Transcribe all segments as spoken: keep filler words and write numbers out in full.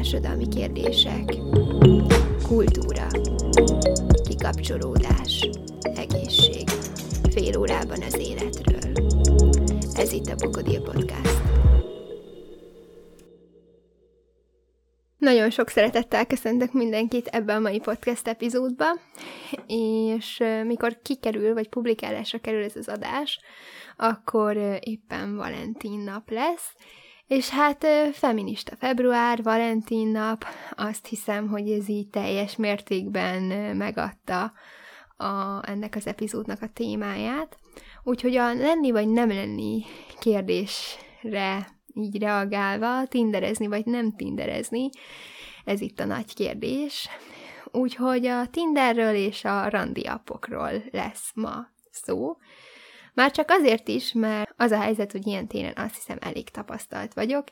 társadalmi kérdések, kultúra, kikapcsolódás, egészség, fél órában az életről. Ez itt a Bokodil Podcast. Nagyon sok szeretettel köszöntök mindenkit ebbe a mai podcast epizódba, és mikor kikerül, vagy publikálásra kerül ez az adás, akkor éppen Valentin nap lesz, és hát feminista február, Valentin nap, azt hiszem, hogy ez így teljes mértékben megadta a, ennek az epizódnak a témáját. Úgyhogy a lenni vagy nem lenni kérdésre így reagálva, tinderezni vagy nem tinderezni, ez itt a nagy kérdés. Úgyhogy a Tinderről és a randi appokról lesz ma szó. Már csak azért is, mert az a helyzet, hogy ilyen téren azt hiszem elég tapasztalt vagyok,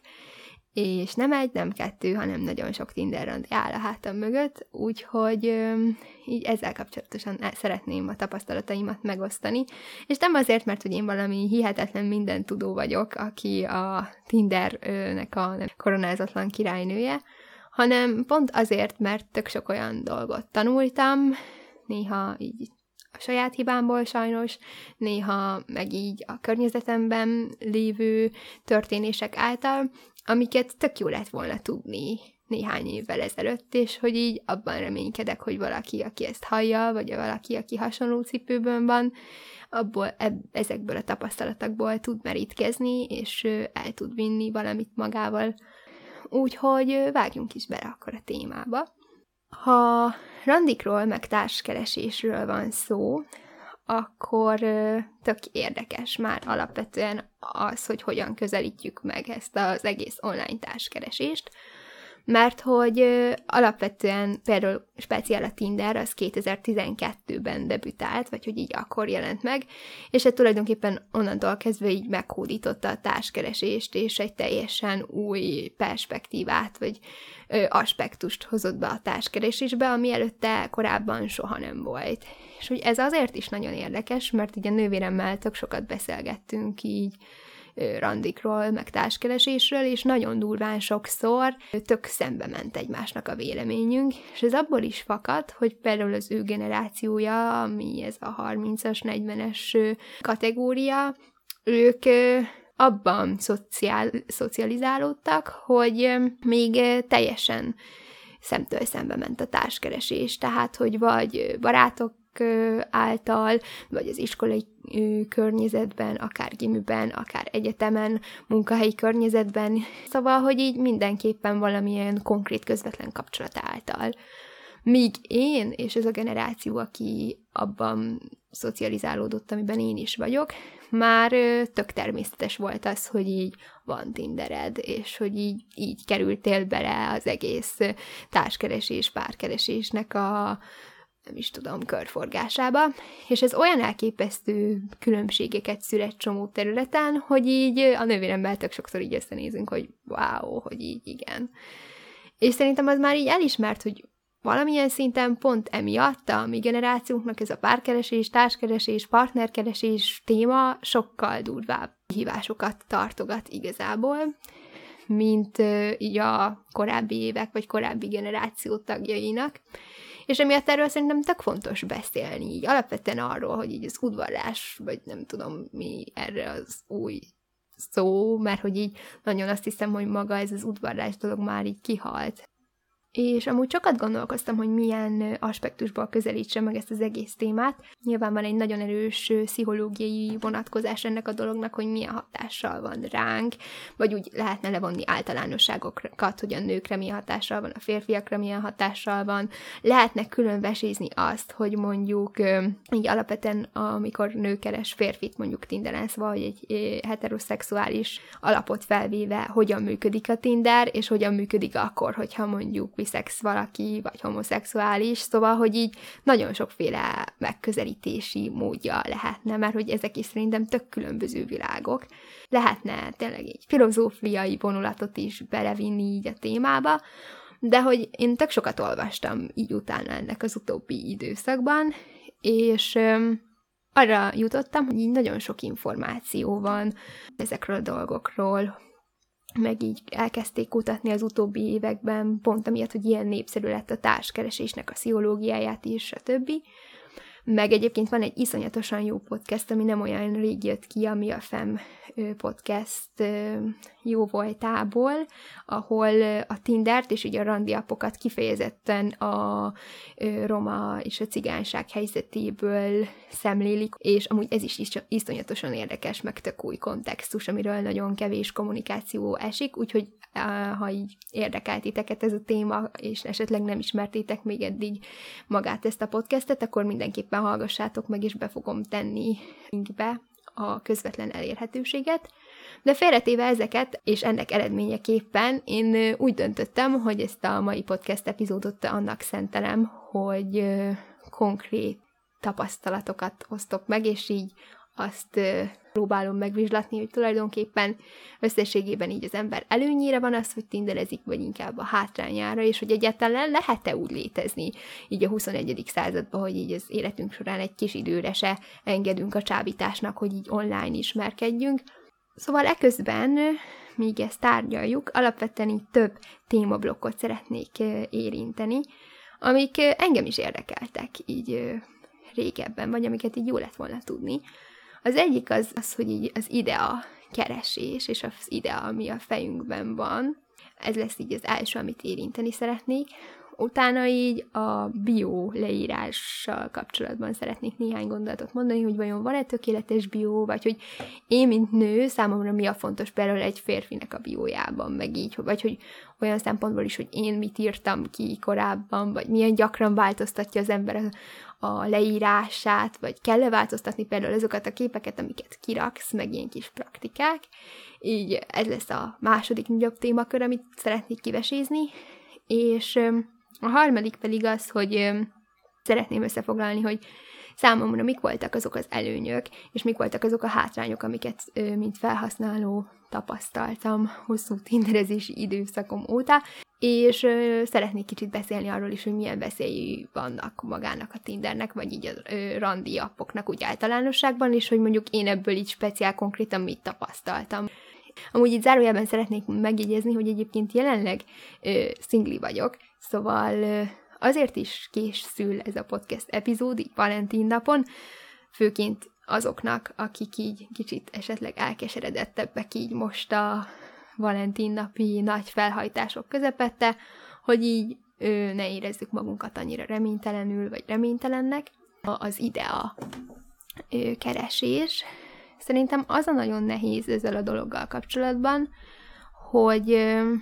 és nem egy, nem kettő, hanem nagyon sok Tinder randi áll a hátam mögött, úgyhogy így ezzel kapcsolatosan szeretném a tapasztalataimat megosztani, és nem azért, mert hogy én valami hihetetlen mindentudó vagyok, aki a Tindernek a koronázatlan királynője, hanem pont azért, mert tök sok olyan dolgot tanultam, néha így a saját hibámból sajnos, néha meg így a környezetemben lévő történések által, amiket tök jó lett volna tudni néhány évvel ezelőtt, és hogy így abban reménykedek, hogy valaki, aki ezt hallja, vagy valaki, aki hasonló cipőben van, abból, eb, ezekből a tapasztalatokból tud merítkezni, és el tud vinni valamit magával. Úgyhogy vágjunk is bele akkor a témába. Ha randikról, meg társkeresésről van szó, akkor tök érdekes már alapvetően az, hogy hogyan közelítjük meg ezt az egész online társkeresést, mert hogy alapvetően például speciál a Tinder, az kétezer-tizenkettőben debütált, vagy hogy így akkor jelent meg, és hát tulajdonképpen onnantól kezdve így meghódította a társkeresést, és egy teljesen új perspektívát, vagy ö, aspektust hozott be a társkeresésbe, ami előtte korábban soha nem volt. És hogy ez azért is nagyon érdekes, mert így a nővéremmel tök sokat beszélgettünk így randikról, meg társkeresésről, és nagyon durván sokszor tök szembe ment egymásnak a véleményünk, és ez abból is fakad, hogy például az ő generációja, ami ez a harmincas, negyvenes kategória, ők abban szociál, szocializálódtak, hogy még teljesen szemtől szembe ment a társkeresés, tehát, hogy vagy barátok által, vagy az iskolai környezetben, akár giműben, akár egyetemen, munkahelyi környezetben, szóval, hogy így mindenképpen valamilyen konkrét közvetlen kapcsolat által. Míg én, és ez a generáció, aki abban szocializálódott, amiben én is vagyok, már tök természetes volt az, hogy így van Tindered, és hogy így, így kerültél bele az egész társkeresés, párkeresésnek a nem is tudom, körforgásába, és ez olyan elképesztő különbségeket szül egy csomó területen, hogy így a nővéremmel tök sokszor így összenézünk, hogy wow, hogy így igen. És szerintem az már így elismert, hogy valamilyen szinten pont emiatt a mi generációnknak ez a párkeresés, társkeresés, partnerkeresés téma sokkal durvább hívásokat tartogat igazából, mint így a korábbi évek, vagy korábbi generáció tagjainak. És emiatt erről szerintem tök fontos beszélni, így alapvetően arról, hogy így az udvarlás, vagy nem tudom mi erre az új szó, mert hogy így nagyon azt hiszem, hogy maga ez az udvarlás dolog már így kihalt. És amúgy sokat gondolkoztam, hogy milyen aspektusból közelítsem meg ezt az egész témát. Nyilván van egy nagyon erős pszichológiai vonatkozás ennek a dolognak, hogy milyen hatással van ránk, vagy úgy lehetne levonni általánosságokat, hogy a nőkre milyen hatással van, a férfiakra milyen hatással van. Lehetne külön vesézni azt, hogy mondjuk így alapvetően, amikor nő keres férfit, mondjuk Tinderen, szóval, hogy egy heteroszexuális alapot felvéve, hogyan működik a Tinder, és hogyan működik akkor, hogyha mondjuk biszex valaki, vagy homoszexuális, szóval, hogy így nagyon sokféle megközelítési módja lehetne, mert hogy ezek is szerintem tök különböző világok. Lehetne tényleg egy filozófiai vonulatot is belevinni így a témába, de hogy én tök sokat olvastam így utána ennek az utóbbi időszakban, és öm, arra jutottam, hogy így nagyon sok információ van ezekről a dolgokról, meg így elkezdték kutatni az utóbbi években, pont amiatt, hogy ilyen népszerű lett a társkeresésnek a pszichológiáját is, stb. Meg egyébként van egy iszonyatosan jó podcast, ami nem olyan rég jött ki, ami a Fem podcast jó voltából, ahol a Tindert és így a randiapokat kifejezetten a roma és a cigányság helyzetéből szemlélik, és amúgy ez is iszonyatosan érdekes, meg tök új kontextus, amiről nagyon kevés kommunikáció esik, úgyhogy ha így érdekelt titeket ez a téma, és esetleg nem ismertétek még eddig magát ezt a podcastet, akkor mindenképpen hallgassátok meg, és be fogom tenni linkbe a közvetlen elérhetőséget. De félretéve ezeket, és ennek eredményeképpen én úgy döntöttem, hogy ezt a mai podcast epizódot annak szentelem, hogy konkrét tapasztalatokat osztok meg, és így azt próbálom megvizslatni, hogy tulajdonképpen összességében így az ember előnyére van az, hogy tinderezik, vagy inkább a hátrányára, és hogy egyáltalán lehet-e úgy létezni így a huszonegyedik században, hogy így az életünk során egy kis időre se engedünk a csábításnak, hogy így online ismerkedjünk. Szóval eközben, míg ezt tárgyaljuk, alapvetően így több témablokkot szeretnék érinteni, amik engem is érdekeltek így régebben, vagy amiket így jó lett volna tudni. Az egyik az, az, hogy így az idea keresés, és az idea, ami a fejünkben van. Ez lesz így az első, amit érinteni szeretnék. Utána így a bio leírással kapcsolatban szeretnék néhány gondolatot mondani, hogy vajon van-e tökéletes bio, vagy hogy én, mint nő, számomra mi a fontos például egy férfinek a biójában, meg így, vagy hogy olyan szempontból is, hogy én mit írtam ki korábban, vagy milyen gyakran változtatja az ember a, a leírását, vagy kell-e változtatni például azokat a képeket, amiket kiraksz, meg ilyen kis praktikák. Így ez lesz a második nagyobb témakör, amit szeretnék kivesézni, és a harmadik pedig az, hogy szeretném összefoglalni, hogy számomra mik voltak azok az előnyök, és mik voltak azok a hátrányok, amiket mint felhasználó tapasztaltam hosszú tinderezési időszakom óta, és szeretnék kicsit beszélni arról is, hogy milyen veszélyei vannak magának a Tindernek, vagy így a randi appoknak úgy általánosságban, és hogy mondjuk én ebből így speciál konkrétan mit tapasztaltam. Amúgy itt zárójelben szeretnék megjegyezni, hogy egyébként jelenleg ö, szingli vagyok, szóval ö, azért is készül ez a podcast epizód, így Valentin napon, főként azoknak, akik így kicsit esetleg elkeseredettebbek így most a Valentin napi nagy felhajtások közepette, hogy így ö, ne érezzük magunkat annyira reménytelenül, vagy reménytelennek. Az idea ö, keresés. Szerintem az a nagyon nehéz ezzel a dologgal kapcsolatban, hogy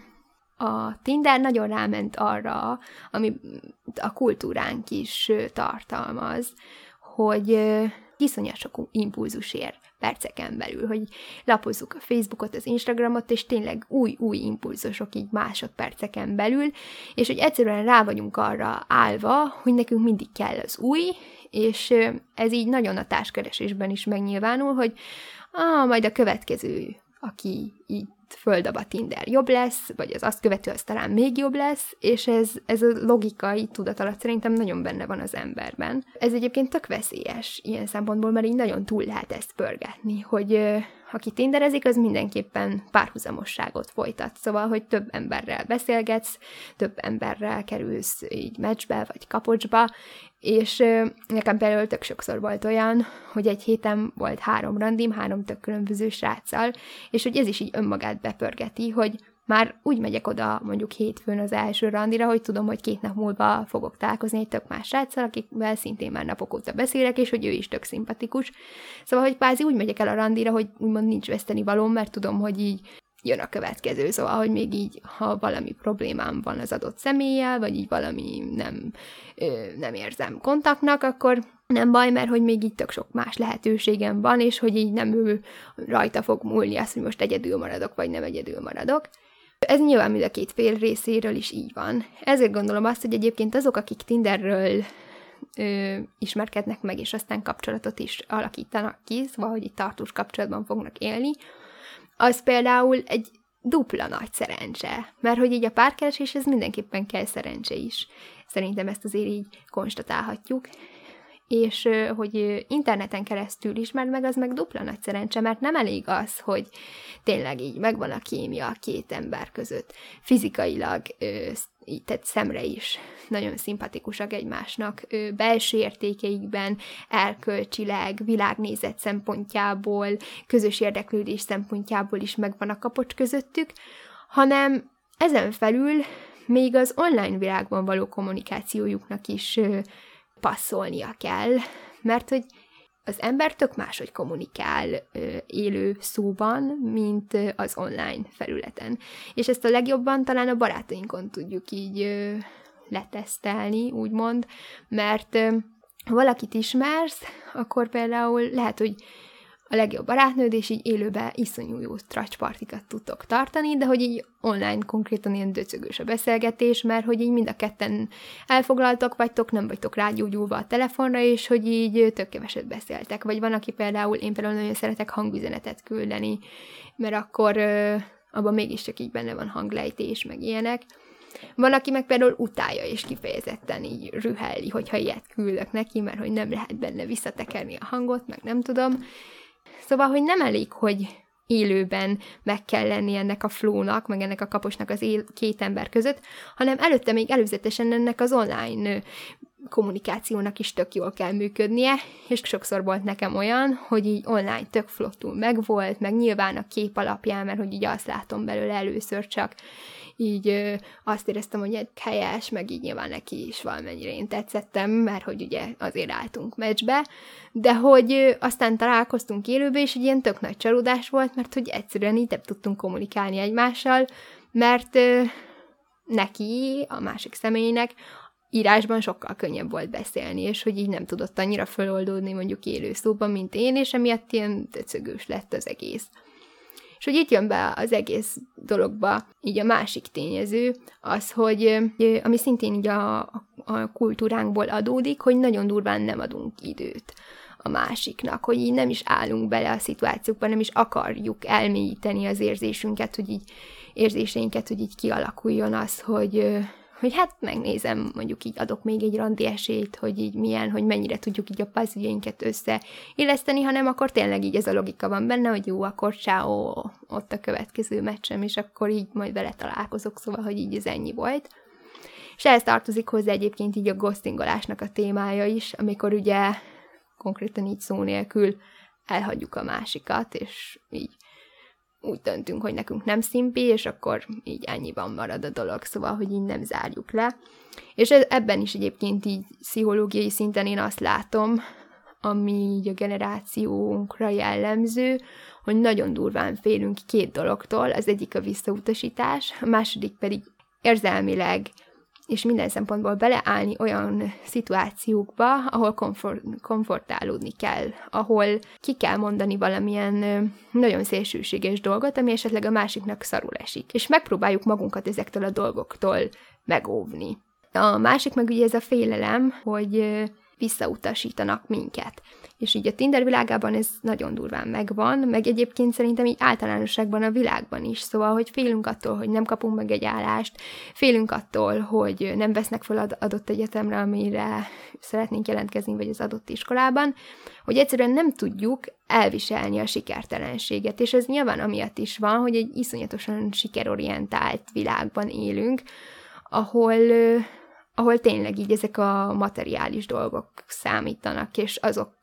a Tinder nagyon ráment arra, ami a kultúránk is tartalmaz, hogy iszonyat sok impulzus ér perceken belül, hogy lapozzuk a Facebookot, az Instagramot, és tényleg új-új impulzusok így másodperceken belül, és hogy egyszerűen rá vagyunk arra állva, hogy nekünk mindig kell az új, és ez így nagyon a társkeresésben is megnyilvánul, hogy ah, majd a következő, aki így földab a Tinder jobb lesz, vagy az azt követő, az talán még jobb lesz, és ez, ez a logikai tudat alatt szerintem nagyon benne van az emberben. Ez egyébként tök veszélyes ilyen szempontból, mert így nagyon túl lehet ezt pörgetni, hogy euh, aki tinderezik, az mindenképpen párhuzamosságot folytat, szóval, hogy több emberrel beszélgetsz, több emberrel kerülsz így meccsbe, vagy kapocsba, és euh, nekem például tök sokszor volt olyan, hogy egy héten volt három randim, három tök különböző sráccal, és hogy ez is így önmagát bepörgeti, hogy már úgy megyek oda mondjuk hétfőn az első randira, hogy tudom, hogy két nap múlva fogok találkozni egy tök más sráccal, akikvel szintén már napok óta beszélek, és hogy ő is tök szimpatikus. Szóval, hogy kvázi úgy megyek el a randira, hogy úgymond nincs vesztenivalóm, mert tudom, hogy így jön a következő, szóval, hogy még így, ha valami problémám van az adott személlyel, vagy így valami nem, ö, nem érzem kontaktnak, akkor nem baj, mert hogy még így tök sok más lehetőségem van, és hogy így nem ő rajta fog múlni az, hogy most egyedül maradok, vagy nem egyedül maradok. Ez nyilván mind a két fél részéről is így van. Ezért gondolom azt, hogy egyébként azok, akik Tinderről ö, ismerkednek meg, és aztán kapcsolatot is alakítanak ki, szóval, hogy itt tartós kapcsolatban fognak élni, az például egy dupla nagy szerencse, mert hogy így a párkereséshez mindenképpen kell szerencse is. Szerintem ezt azért így konstatálhatjuk. és hogy interneten keresztül ismerd meg, az meg dupla nagy szerencse, mert nem elég az, hogy tényleg így megvan a kémia a két ember között. Fizikailag, így tehát szemre is nagyon szimpatikusak egymásnak, belső értékeikben, erkölcsileg, világnézet szempontjából, közös érdeklődés szempontjából is megvan a kapocs közöttük, hanem ezen felül még az online világban való kommunikációjuknak is passzolnia kell, mert hogy az ember tök máshogy kommunikál ö, élő szóban, mint ö, az online felületen. És ezt a legjobban talán a barátainkon tudjuk így ö, letesztelni, úgymond, mert ö, ha valakit ismersz, akkor például lehet, hogy a legjobb barátnőd, és így élőben iszonyú jó tracspartikat tudtok tartani, de hogy így online konkrétan ilyen döcögős a beszélgetés, mert hogy így mind a ketten elfoglaltak vagytok, nem vagytok rágyógyulva a telefonra, és hogy így tök keveset beszéltek. Vagy van, aki például, én például nagyon szeretek hangüzenetet küldeni, mert akkor ö, abban mégiscsak így benne van hanglejtés, meg ilyenek. Van, aki meg például utálja, és kifejezetten így rühelli, hogyha ilyet küldök neki, mert hogy nem lehet benne visszatekerni a hangot, meg nem tudom. Szóval, hogy nem elég, hogy élőben meg kell lenni ennek a flownak, meg ennek a kaposnak az él- két ember között, hanem előtte még előzetesen ennek az online kommunikációnak is tök jól kell működnie, és sokszor volt nekem olyan, hogy így online tök flottul megvolt, meg nyilván a kép alapján, mert hogy így azt látom belőle először csak, így ö, azt éreztem, hogy egy helyes, meg így nyilván neki is valamennyire én tetszettem, mert hogy ugye azért álltunk meccsbe, de hogy ö, aztán találkoztunk élőbe, és egy ilyen tök nagy csalódás volt, mert hogy egyszerűen így nem tudtunk kommunikálni egymással, mert ö, neki, a másik személynek írásban sokkal könnyebb volt beszélni, és hogy így nem tudott annyira föloldódni mondjuk élő szóban, mint én, és emiatt ilyen döcögős lett az egész. És hogy itt jön be az egész dologba így a másik tényező, az, hogy ami szintén így a, a kultúránkból adódik, hogy nagyon durván nem adunk időt a másiknak, hogy így nem is állunk bele a szituációkban, nem is akarjuk elmélyíteni az érzésünket, hogy így érzéseinket, hogy így kialakuljon az, hogy hogy hát megnézem, mondjuk így adok még egy randi esélyt, hogy így milyen, hogy mennyire tudjuk így a puzzle-jeinket összeilleszteni, hanem akkor tényleg így ez a logika van benne, hogy jó, akkor ciao, ott a következő meccsem, és akkor így majd vele találkozok, szóval, hogy így ez ennyi volt. És ehhez tartozik hozzá egyébként így a ghostingolásnak a témája is, amikor ugye konkrétan így szó nélkül elhagyjuk a másikat, és így úgy döntünk, hogy nekünk nem szimpi, és akkor így ennyiban marad a dolog, szóval, hogy így nem zárjuk le. És ebben is egyébként így pszichológiai szinten én azt látom, ami így a generációnkra jellemző, hogy nagyon durván félünk két dologtól, az egyik a visszautasítás, a második pedig érzelmileg és minden szempontból beleállni olyan szituációkba, ahol komfort, komfortálódni kell, ahol ki kell mondani valamilyen nagyon szélsőséges dolgot, ami esetleg a másiknak szarul esik. És megpróbáljuk magunkat ezektől a dolgoktól megóvni. A másik meg ugye ez a félelem, hogy visszautasítanak minket. És így a Tinder világában ez nagyon durván megvan, meg egyébként szerintem így általánosságban a világban is. Szóval, hogy félünk attól, hogy nem kapunk meg egy állást, félünk attól, hogy nem vesznek fel adott egyetemre, amire szeretnénk jelentkezni, vagy az adott iskolában, hogy egyszerűen nem tudjuk elviselni a sikertelenséget. És ez nyilván amiatt is van, hogy egy iszonyatosan sikerorientált világban élünk, ahol ahol tényleg így ezek a materiális dolgok számítanak, és azok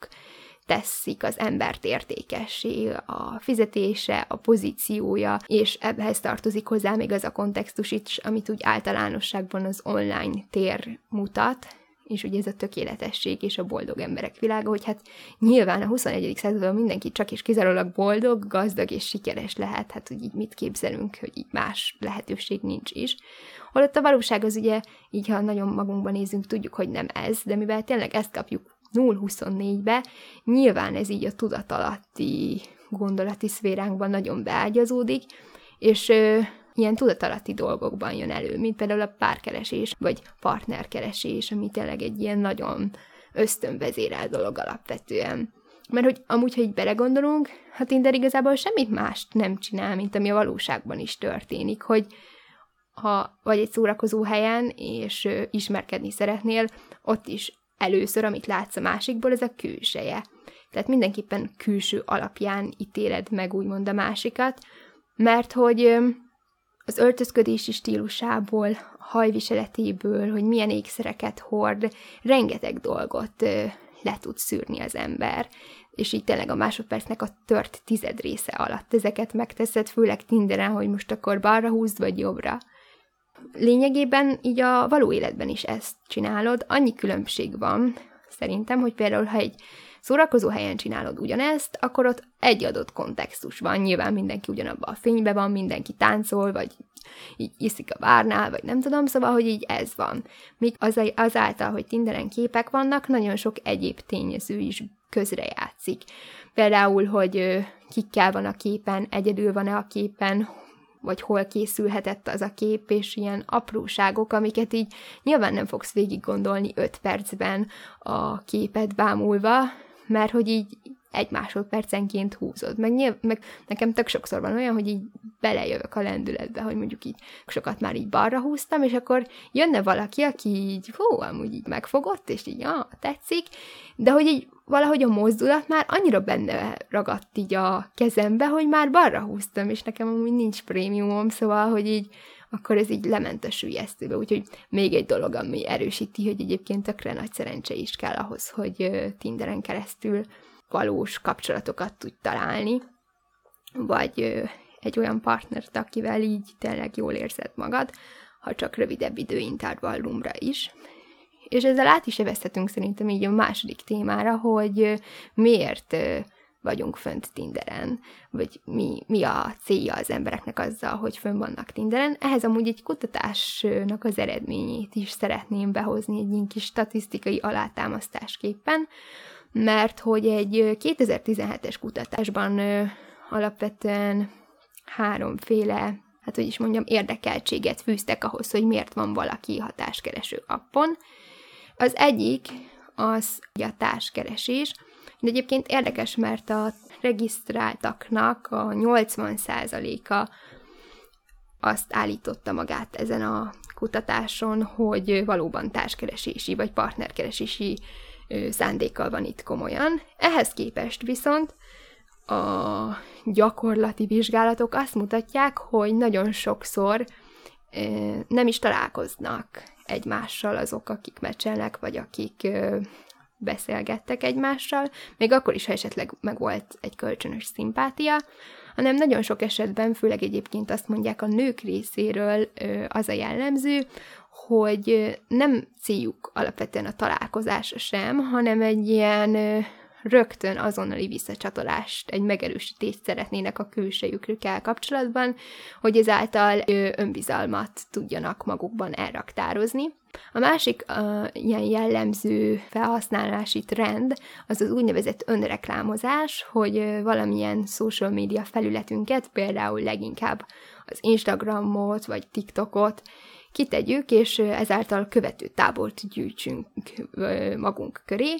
teszik az embert értékessé, a fizetése, a pozíciója, és ebben tartozik hozzá még az a kontextus is, amit úgy általánosságban az online tér mutat, és ugye ez a tökéletesség és a boldog emberek világa, hogy hát nyilván a huszonegyedik században mindenki csak és kizárólag boldog, gazdag és sikeres lehet, hát hogy így mit képzelünk, hogy így más lehetőség nincs is. Holott a valóság az ugye, így ha nagyon magunkban nézünk, tudjuk, hogy nem ez, de mivel tényleg ezt kapjuk nulla huszonnégybe, nyilván ez így a tudatalatti gondolati szféránkban nagyon beágyazódik, és ö, ilyen tudatalatti dolgokban jön elő, mint például a párkeresés, vagy partnerkeresés, ami tényleg egy ilyen nagyon ösztönvezérel dolog alapvetően. Mert hogy amúgy, ha így belegondolunk, a Tinder igazából semmit mást nem csinál, mint ami a valóságban is történik, hogy ha vagy egy szórakozó helyen, és ö, ismerkedni szeretnél, ott is először, amit látsz a másikból, ez a külseje. Tehát mindenképpen külső alapján ítéled meg úgymond a másikat, mert hogy az öltözködési stílusából, a hajviseletéből, hogy milyen ékszereket hord, rengeteg dolgot le tud szűrni az ember, és így tényleg a másodpercnek a tört tized része alatt ezeket megteszed, főleg Tinderen, hogy most akkor balra húzd, vagy jobbra. Lényegében így a való életben is ezt csinálod, annyi különbség van szerintem, hogy például, ha egy szórakozó helyen csinálod ugyanezt, akkor ott egy adott kontextus van, nyilván mindenki ugyanabban a fényben van, mindenki táncol, vagy így iszik a bárnál, vagy nem tudom, szóval, hogy így ez van. Míg az, azáltal, hogy Tinderen képek vannak, nagyon sok egyéb tényező is közrejátszik. Például, hogy kikkel van a képen, egyedül van-e a képen, vagy hol készülhetett az a kép, és ilyen apróságok, amiket így nyilván nem fogsz végig gondolni öt percben a képet bámulva, mert hogy így egy másodpercenként húzod. Meg, nyilv, meg nekem tök sokszor van olyan, hogy így belejövök a lendületbe, hogy mondjuk így sokat már így balra húztam, és akkor jönne valaki, aki így, hú, amúgy így megfogott, és így, ja, tetszik, de hogy így valahogy a mozdulat már annyira benne ragadt így a kezembe, hogy már balra húztam, és nekem amúgy nincs prémiumom, szóval, hogy így akkor ez így lement a süllyesztőbe. Úgyhogy még egy dolog, ami erősíti, hogy egyébként tökre nagy szerencse is kell ahhoz, hogy Tinderen keresztül valós kapcsolatokat tudj találni, vagy egy olyan partnert, akivel így tényleg jól érzed magad, ha csak rövidebb időintervallumra is. És ezzel át is evezhetünk szerintem így a második témára, hogy miért vagyunk fönt Tinderen, vagy mi, mi a célja az embereknek azzal, hogy fönn vannak Tinderen. Ehhez amúgy egy kutatásnak az eredményét is szeretném behozni egy ilyen kis statisztikai alátámasztásképpen, mert hogy egy kétezer-tizenhetes kutatásban ö, alapvetően háromféle, hát hogy is mondjam, érdekeltséget fűztek ahhoz, hogy miért van valaki hatáskereső appon. Az egyik az a társkeresés, de egyébként érdekes, mert a regisztráltaknak a nyolcvan százaléka azt állította magát ezen a kutatáson, hogy valóban társkeresési vagy partnerkeresési szándékkal van itt komolyan. Ehhez képest viszont a gyakorlati vizsgálatok azt mutatják, hogy nagyon sokszor nem is találkoznak egymással azok, akik meccselnek, vagy akik beszélgettek egymással, még akkor is, ha esetleg megvolt egy kölcsönös szimpátia, hanem nagyon sok esetben, főleg egyébként azt mondják a nők részéről az a jellemző, hogy nem céljuk alapvetően a találkozás sem, hanem egy ilyen rögtön azonnali visszacsatolást, egy megerősítést szeretnének a külsejükkel kapcsolatban, hogy ezáltal önbizalmat tudjanak magukban elraktározni. A másik uh, ilyen jellemző felhasználási trend az az úgynevezett önreklámozás, hogy uh, valamilyen social media felületünket, például leginkább az Instagramot vagy TikTokot kitegyük, és uh, ezáltal követő tábort gyűjtsünk uh, magunk köré.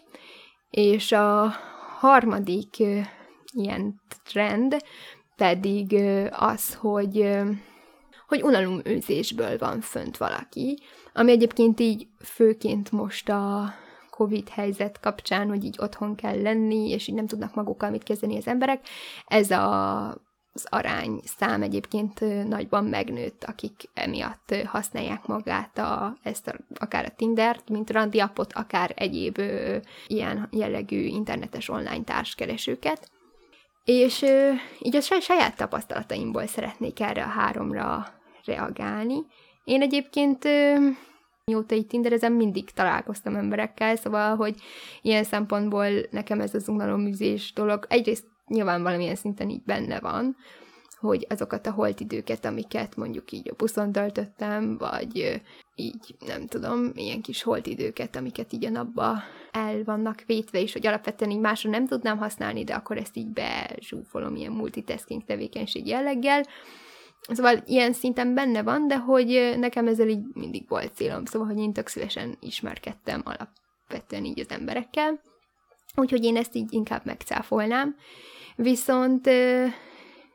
És a harmadik uh, ilyen trend pedig uh, az, hogy, uh, hogy unaloműzésből van fönt valaki, ami egyébként így főként most a Covid helyzet kapcsán, hogy így otthon kell lenni, és így nem tudnak magukkal mit kezdeni az emberek. Ez a, az arány szám egyébként nagyban megnőtt, akik emiatt használják magát a, ezt a, akár a Tindert, mint randi appot, akár egyéb ö, ilyen jellegű internetes online társkeresőket. És ö, így a saját tapasztalataimból szeretnék erre a háromra reagálni. Én egyébként ö, mióta így tinderezem, mindig találkoztam emberekkel, szóval, hogy ilyen szempontból nekem ez az unaloműzés dolog egyrészt nyilván valamilyen szinten így benne van, hogy azokat a holtidőket, amiket mondjuk így a buszon töltöttem, vagy így, nem tudom, ilyen kis holtidőket, amiket így a napba el vannak vétve, és hogy alapvetően így másra nem tudnám használni, de akkor ezt így bezsúfolom ilyen multitasking tevékenység jelleggel. Szóval ilyen szinten benne van, de hogy nekem ezzel így mindig volt célom, szóval, hogy én tök szívesen ismerkedtem alapvetően így az emberekkel, úgyhogy én ezt így inkább megcáfolnám. Viszont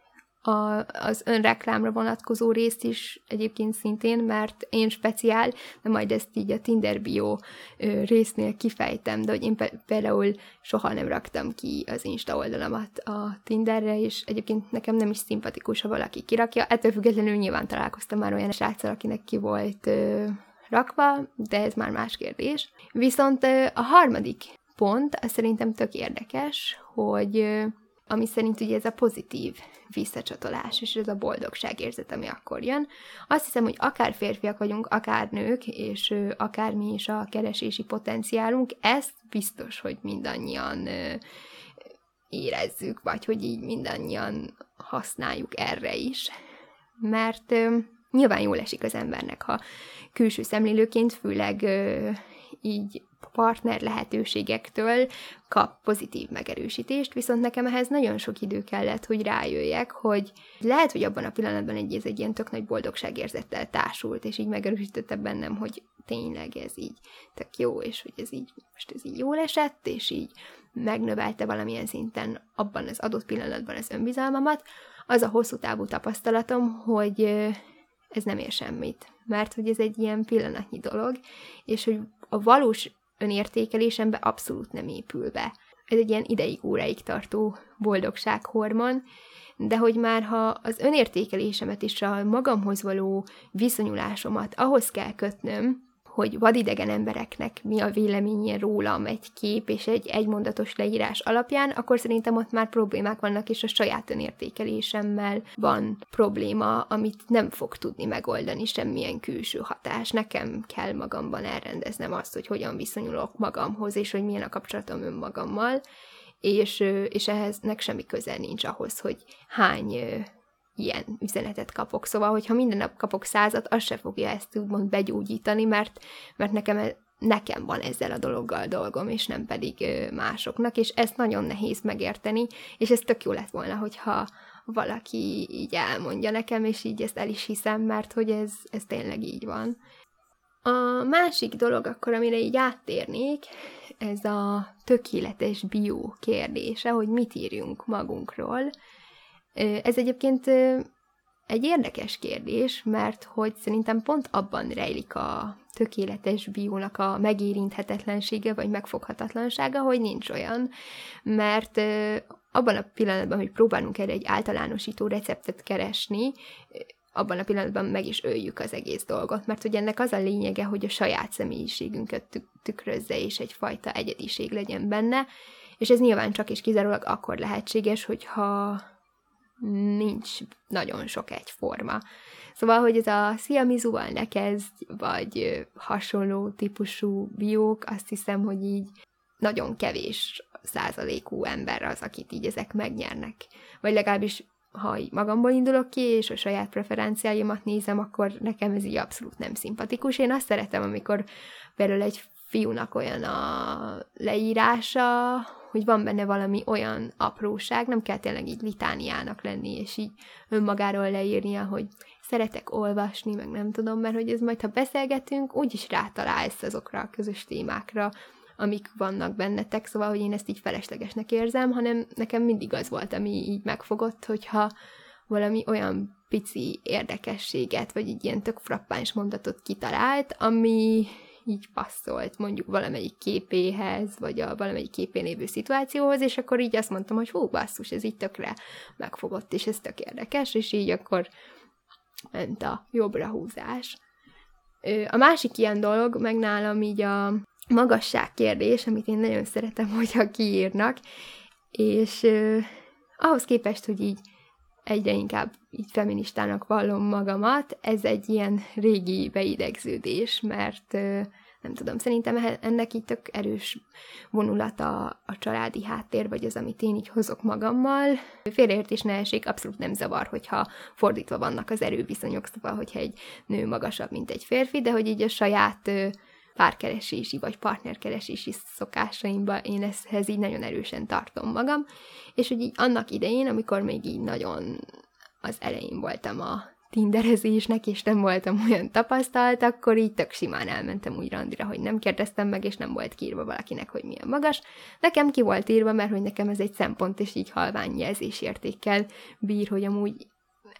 a, az önreklámra vonatkozó részt is egyébként szintén, mert én speciál, de majd ezt így a Tinder bio résznél kifejtem, de hogy én például soha nem raktam ki az Insta oldalamat a Tinderre, és egyébként nekem nem is szimpatikus, ha valaki kirakja. Ettől függetlenül nyilván találkoztam már olyan sráccal, akinek ki volt ö, rakva, de ez már más kérdés. Viszont ö, a harmadik pont, az szerintem tök érdekes, hogy ö, ami szerint ugye ez a pozitív visszacsatolás, és ez a boldogságérzet, ami akkor jön. Azt hiszem, hogy akár férfiak vagyunk, akár nők, és ö, akár mi is a keresési potenciálunk, ezt biztos, hogy mindannyian ö, érezzük, vagy hogy így mindannyian használjuk erre is. Mert ö, nyilván jól esik az embernek, ha külső szemlélőként, főleg ö, így partner lehetőségektől kap pozitív megerősítést, viszont nekem ehhez nagyon sok idő kellett, hogy rájöjjek, hogy lehet, hogy abban a pillanatban egy, ez egy ilyen tök nagy boldogságérzettel társult, és így megerősítette bennem, hogy tényleg ez így tök jó, és hogy ez így, most ez így jól esett, és így megnövelte valamilyen szinten abban az adott pillanatban az önbizalmamat. Az a hosszú távú tapasztalatom, hogy ez nem ér semmit, mert hogy ez egy ilyen pillanatnyi dolog, és hogy a valós önértékelésembe abszolút nem épül be. Ez egy ilyen ideig, óráig tartó boldogsághormon, de hogy már ha az önértékelésemet és a magamhoz való viszonyulásomat ahhoz kell kötnöm, hogy vadidegen embereknek mi a véleménye rólam egy kép és egy egymondatos leírás alapján, akkor szerintem ott már problémák vannak, és a saját önértékelésemmel van probléma, amit nem fog tudni megoldani semmilyen külső hatás. Nekem kell magamban elrendeznem azt, hogy hogyan viszonyulok magamhoz, és hogy milyen a kapcsolatom önmagammal, és, és ehhez nek semmi köze nincs ahhoz, hogy hány ilyen üzenetet kapok. Szóval, hogyha minden nap kapok százat, az se fogja ezt úgymond begyógyítani, mert, mert nekem, nekem van ezzel a dologgal dolgom, és nem pedig másoknak, és ezt nagyon nehéz megérteni, és ez tök jó lett volna, hogyha valaki így elmondja nekem, és így ezt el is hiszem, mert hogy ez, ez tényleg így van. A másik dolog akkor, amire így áttérnék, ez a tökéletes bio kérdése, hogy mit írjunk magunkról. Ez egyébként egy érdekes kérdés, mert hogy szerintem pont abban rejlik a tökéletes biónak a megérinthetetlensége, vagy megfoghatatlansága, hogy nincs olyan, mert abban a pillanatban, hogy próbálunk erre egy általánosító receptet keresni, abban a pillanatban meg is öljük az egész dolgot, mert hogy ennek az a lényege, hogy a saját személyiségünket tükrözze, és egyfajta egyediség legyen benne, és ez nyilván csak és kizárólag akkor lehetséges, hogyha nincs nagyon sok egyforma. Szóval, hogy ez a szia Mizuval ne kezdj, vagy hasonló típusú biók, azt hiszem, hogy így nagyon kevés százalékú ember az, akit így ezek megnyernek. Vagy legalábbis, ha így magamból indulok ki, és a saját preferenciáimat nézem, akkor nekem ez így abszolút nem szimpatikus. Én azt szeretem, amikor például egy fiúnak olyan a leírása, hogy van benne valami olyan apróság, nem kell tényleg így litániának lenni, és így önmagáról leírnia, hogy szeretek olvasni, meg nem tudom, mert hogy ez majd, ha beszélgetünk, úgyis rátalálsz azokra a közös témákra, amik vannak bennetek, szóval, hogy én ezt így feleslegesnek érzem, hanem nekem mindig az volt, ami így megfogott, hogyha valami olyan pici érdekességet, vagy egy ilyen tök frappáns mondatot kitalált, ami így passzolt mondjuk valamelyik képéhez, vagy a valamelyik képén lévő szituációhoz, és akkor így azt mondtam, hogy hú, basszus, ez így tökre megfogott, és ez tök érdekes, és így akkor ment a jobbra húzás. A másik ilyen dolog, meg nálam így a magasság kérdés, amit én nagyon szeretem, hogyha kiírnak, és eh, ahhoz képest, hogy így egyre inkább így feministának vallom magamat, ez egy ilyen régi beidegződés, mert eh, nem tudom, szerintem ennek így tök erős vonulata a családi háttér, vagy az, amit én így hozok magammal. Félreértés ne essék, abszolút nem zavar, hogyha fordítva vannak az erőviszonyok, szóval, hogyha egy nő magasabb, mint egy férfi, de hogy így a saját eh, párkeresési vagy partnerkeresési szokásaimban én ezt így nagyon erősen tartom magam, és hogy így annak idején, amikor még így nagyon az elején voltam a tinderezésnek, és nem voltam olyan tapasztalt, akkor így tök simán elmentem úgy randira, hogy nem kérdeztem meg, és nem volt kiírva valakinek, hogy milyen magas. Nekem ki volt írva, mert hogy nekem ez egy szempont, és így halvány jelzésértékkel bír, hogy amúgy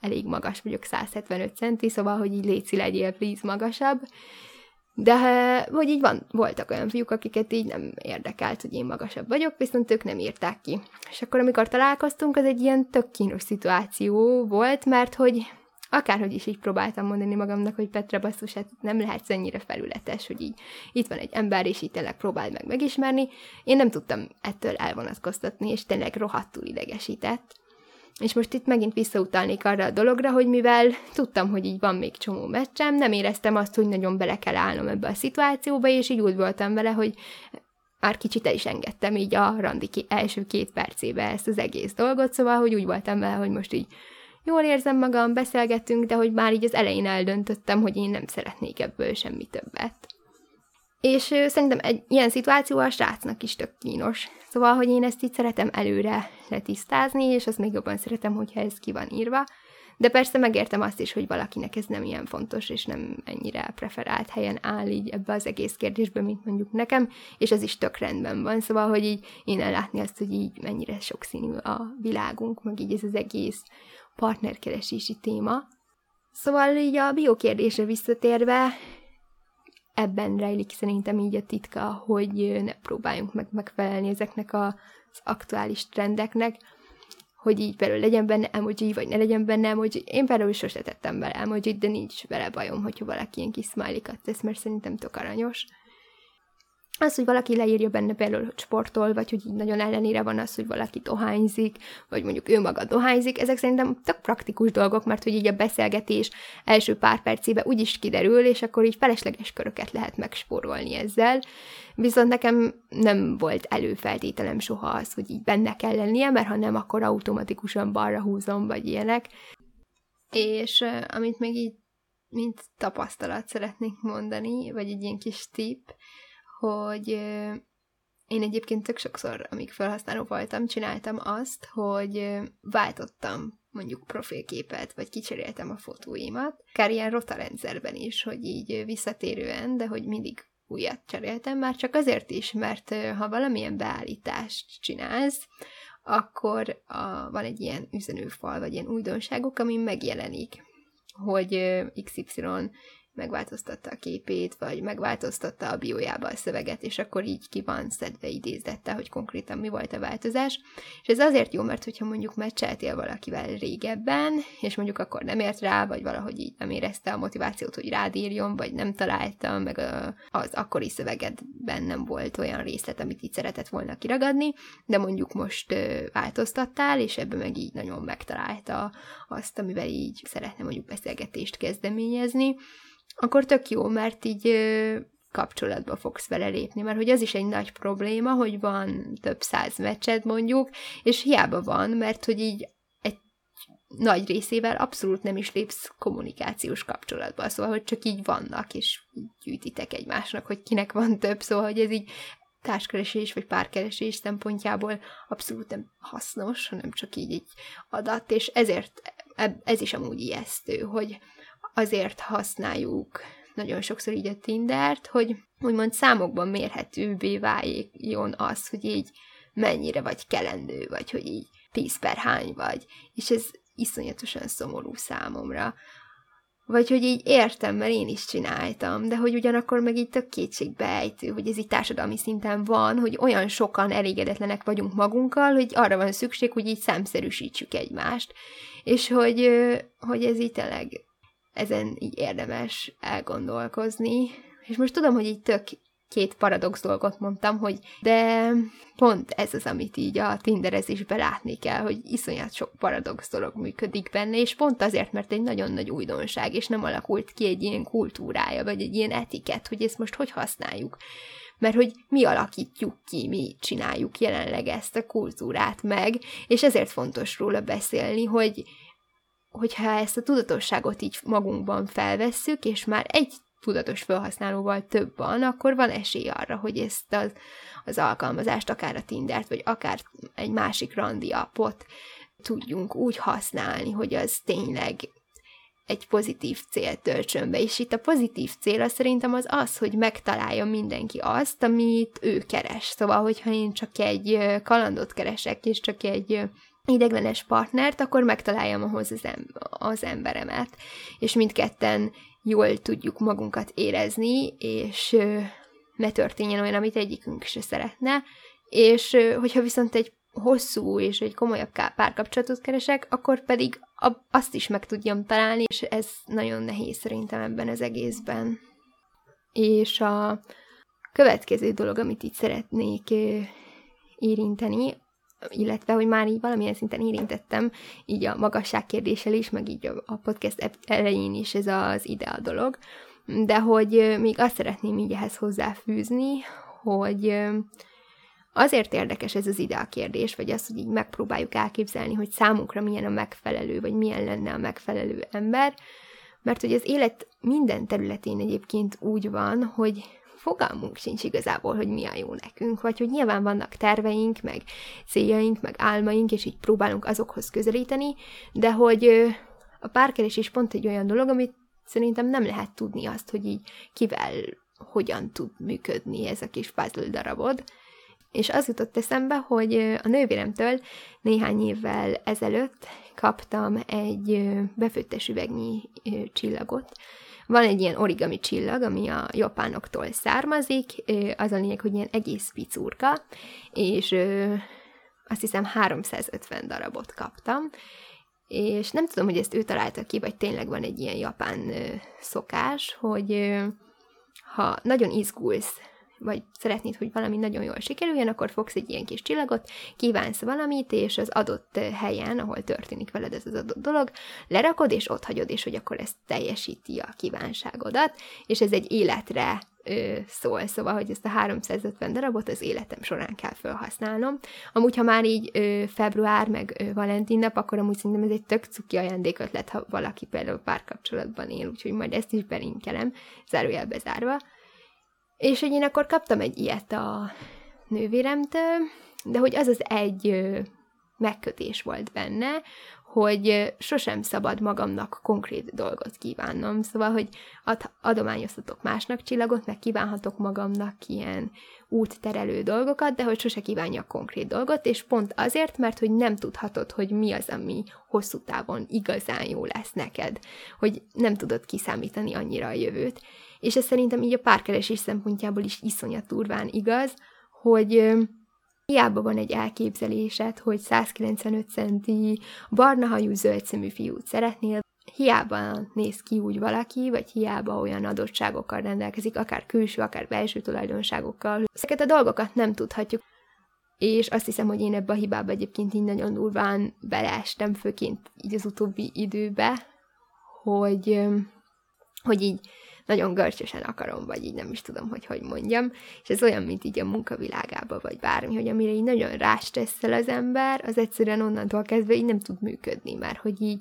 elég magas vagyok, száz hetvenöt centi, szóval, hogy így léci legyél, please, magasabb. De hogy így van, voltak olyan fiúk, akiket így nem érdekelt, hogy én magasabb vagyok, viszont ők nem írták ki. És akkor, amikor találkoztunk, az egy ilyen tök kínos szituáció volt, mert hogy akárhogy is így próbáltam mondani magamnak, hogy Petra, basszus, hát nem lehetsz ennyire felületes, hogy így itt van egy ember, és így tényleg próbáld meg megismerni. Én nem tudtam ettől elvonatkoztatni, és tényleg rohadtul idegesített. És most itt megint visszautalnék arra a dologra, hogy mivel tudtam, hogy így van még csomó meccsem, nem éreztem azt, hogy nagyon bele kell állnom ebbe a szituációba, és így úgy voltam vele, hogy már kicsit el is engedtem így a randi első két percébe ezt az egész dolgot, szóval, hogy úgy voltam vele, hogy most így jól érzem magam, beszélgetünk, de hogy már így az elején eldöntöttem, hogy én nem szeretnék ebből semmi többet. És ö, szerintem egy ilyen szituáció a srácnak is tök kínos. Szóval, hogy én ezt így szeretem előre letisztázni, és azt még jobban szeretem, hogyha ez ki van írva. De persze megértem azt is, hogy valakinek ez nem ilyen fontos, és nem ennyire preferált helyen áll így ebbe az egész kérdésbe, mint mondjuk nekem, és ez is tök rendben van. Szóval, hogy így én ellátni azt, hogy így mennyire sokszínű a világunk, meg így ez az egész partnerkeresési téma. Szóval így a bio kérdésre visszatérve, ebben rejlik szerintem így a titka, hogy ne próbáljunk meg megfelelni ezeknek az aktuális trendeknek, hogy így például legyen benne emoji, vagy ne legyen benne emoji. Én például sose tettem bele emojit, de nincs vele bajom, hogyha valaki ilyen kis smiley-kat tesz, mert szerintem tök aranyos. Az, hogy valaki leírja benne például, hogy sportol, vagy hogy így nagyon ellenére van az, hogy valaki dohányzik, vagy mondjuk ő maga dohányzik, ezek szerintem tök praktikus dolgok, mert hogy így a beszélgetés első pár percében úgyis kiderül, és akkor így felesleges köröket lehet megspórolni ezzel. Viszont nekem nem volt előfeltételem soha az, hogy így benne kell lennie, mert ha nem, akkor automatikusan balra húzom, vagy ilyenek. És uh, amit még így, mint tapasztalat szeretnék mondani, vagy egy ilyen kis tipp, hogy én egyébként tök sokszor, amíg felhasználó voltam, csináltam azt, hogy váltottam mondjuk profilképet, vagy kicseréltem a fotóimat, akár ilyen rota rendszerben is, hogy így visszatérően, de hogy mindig újat cseréltem, már csak azért is, mert ha valamilyen beállítást csinálsz, akkor a, van egy ilyen üzenőfal, vagy ilyen újdonságok, amin megjelenik, hogy iksz ipszilon megváltoztatta a képét, vagy megváltoztatta a biójába a szöveget, és akkor így ki van szedve, idézette, hogy konkrétan mi volt a változás. És ez azért jó, mert hogyha mondjuk meccseltél valakivel régebben, és mondjuk akkor nem ért rá, vagy valahogy így nem érezte a motivációt, hogy rád írjon, vagy nem találta, meg a, az akkori szövegedben nem volt olyan részlet, amit így szeretett volna kiragadni, de mondjuk most ö, változtattál, és ebben meg így nagyon megtalálta azt, amivel így szeretne mondjuk beszélgetést kezdeményezni, akkor tök jó, mert így ö, kapcsolatba fogsz vele lépni, mert hogy az is egy nagy probléma, hogy van több száz meccsed mondjuk, és hiába van, mert hogy így egy nagy részével abszolút nem is lépsz kommunikációs kapcsolatba, szóval, hogy csak így vannak, és így gyűjtitek egymásnak, hogy kinek van több, szóval, hogy ez így társkeresés vagy párkeresés szempontjából abszolút nem hasznos, hanem csak így egy adat, és ezért ez is amúgy ijesztő, hogy azért használjuk nagyon sokszor így a Tindert, hogy úgymond számokban mérhetőbbé váljon az, hogy így mennyire vagy kelendő, vagy hogy így tíz per hány vagy, és ez iszonyatosan szomorú számomra. Vagy hogy így értem, mert én is csináltam, de hogy ugyanakkor meg így tök kétségbejtő, hogy ez így társadalmi szinten van, hogy olyan sokan elégedetlenek vagyunk magunkkal, hogy arra van szükség, hogy így számszerűsítsük egymást. És hogy, hogy ez így tényleg ezen így érdemes elgondolkozni. És most tudom, hogy így tök két paradox dolgot mondtam, hogy de pont ez az, amit így a tinderezésben látni kell, hogy iszonyat sok paradox dolog működik benne, és pont azért, mert egy nagyon nagy újdonság, és nem alakult ki egy ilyen kultúrája, vagy egy ilyen etikett, hogy ezt most hogy használjuk. Mert hogy mi alakítjuk ki, mi csináljuk jelenleg ezt a kultúrát meg, és ezért fontos róla beszélni, hogy hogyha ezt a tudatosságot így magunkban felvesszük, és már egy tudatos felhasználóval több van, akkor van esély arra, hogy ezt az, az alkalmazást, akár a Tindert, vagy akár egy másik randi appot tudjunk úgy használni, hogy az tényleg egy pozitív célt töltsön be. És itt a pozitív cél az szerintem az az, hogy megtalálja mindenki azt, amit ő keres. Szóval, hogyha én csak egy kalandot keresek, és csak egy ideiglenes partnert, akkor megtaláljam ahhoz az, em- az emberemet, és mindketten jól tudjuk magunkat érezni, és ne történjen olyan, amit egyikünk se szeretne, és hogyha viszont egy hosszú és egy komolyabb párkapcsolatot keresek, akkor pedig azt is meg tudjam találni, és ez nagyon nehéz szerintem ebben az egészben. És a következő dolog, amit itt szeretnék érinteni, illetve, hogy már így valamilyen szinten érintettem, így a magasság kérdéssel is, meg így a podcast elején is ez az idea dolog, de hogy még azt szeretném így ehhez hozzáfűzni, hogy azért érdekes ez az idea kérdés, vagy az, hogy így megpróbáljuk elképzelni, hogy számunkra milyen a megfelelő, vagy milyen lenne a megfelelő ember, mert hogy az élet minden területén egyébként úgy van, hogy fogalmunk sincs igazából, hogy mi a jó nekünk, vagy hogy nyilván vannak terveink, meg céljaink, meg álmaink, és így próbálunk azokhoz közelíteni, de hogy a párkeresés pont egy olyan dolog, amit szerintem nem lehet tudni azt, hogy így kivel hogyan tud működni ez a kis puzzle darabod. És az jutott eszembe, hogy a nővéremtől néhány évvel ezelőtt kaptam egy befőttes üvegnyi csillagot. Van egy ilyen origami csillag, ami a japánoktól származik, az a lényeg, hogy ilyen egész picurka, és azt hiszem háromszázötven darabot kaptam, és nem tudom, hogy ezt ő találta ki, vagy tényleg van egy ilyen japán szokás, hogy ha nagyon izgulsz, vagy szeretnéd, hogy valami nagyon jól sikerüljön, akkor fogsz egy ilyen kis csillagot, kívánsz valamit, és az adott helyen, ahol történik veled ez az adott dolog, lerakod, és ott hagyod, és hogy akkor ez teljesíti a kívánságodat, és ez egy életre ö, szól, szóval, hogy ezt a háromszázötven darabot az életem során kell felhasználnom. Amúgy, ha már így ö, február, meg ö, Valentin nap, akkor amúgy szerintem ez egy tök cuki ajándékötlet, ha valaki például párkapcsolatban él, úgyhogy majd ezt is belinkelem, zárójelbe zárva. És hogy én akkor kaptam egy ilyet a nővéremtől, de hogy az az egy ö, megkötés volt benne, hogy ö, sosem szabad magamnak konkrét dolgot kívánnom. Szóval, hogy ad, adományoztatok másnak csillagot, meg kívánhatok magamnak ilyen útterelő dolgokat, de hogy sose kívánjak konkrét dolgot, és pont azért, mert hogy nem tudhatod, hogy mi az, ami hosszú távon igazán jó lesz neked, hogy nem tudod kiszámítani annyira a jövőt. És ez szerintem így a párkeresés szempontjából is iszonyat durván igaz, hogy ö, hiába van egy elképzelésed, hogy százkilencvenöt centi, barna hajú, zöld szemű fiút szeretnél, hiába néz ki úgy valaki, vagy hiába olyan adottságokkal rendelkezik, akár külső, akár belső tulajdonságokkal. Ezeket a dolgokat nem tudhatjuk. És azt hiszem, hogy én ebbe a hibába egyébként így nagyon durván beleestem, főként így az utóbbi időbe, hogy, ö, hogy így nagyon görcsösen akarom, vagy így nem is tudom, hogy hogy mondjam, és ez olyan, mint így a munkavilágában, vagy bármi, hogy amire így nagyon rástresszel az ember, az egyszerűen onnantól kezdve így nem tud működni, mert hogy így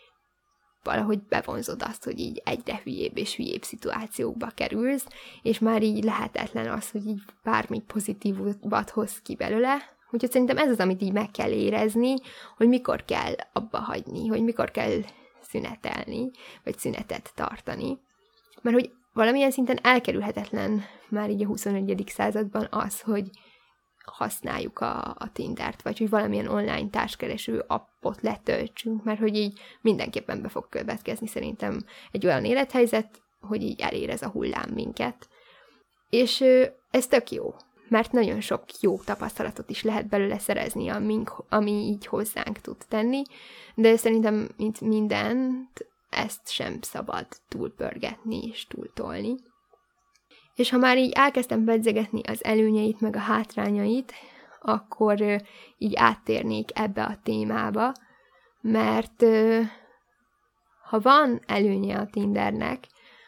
valahogy bevonzod azt, hogy így egyre hülyébb és hülyébb szituációkba kerülsz, és már így lehetetlen az, hogy így bármi pozitívat hoz ki belőle. Úgyhogy szerintem ez az, amit így meg kell érezni, hogy mikor kell abba hagyni, hogy mikor kell szünetelni, vagy szünetet tartani. Mert hogy valamilyen szinten elkerülhetetlen már így a huszonegyedik században az, hogy használjuk a, a Tindert, vagy hogy valamilyen online társkereső appot letöltsünk, mert hogy így mindenképpen be fog következni szerintem egy olyan élethelyzet, hogy így elér ez a hullám minket. És ez tök jó, mert nagyon sok jó tapasztalatot is lehet belőle szerezni, amink, ami így hozzánk tud tenni, de szerintem, mint mindent, ezt sem szabad túlpörgetni és túltolni. És ha már így elkezdtem pedzegetni az előnyeit meg a hátrányait, akkor uh, így áttérnék ebbe a témába, mert uh, ha van előnye a Tindernek,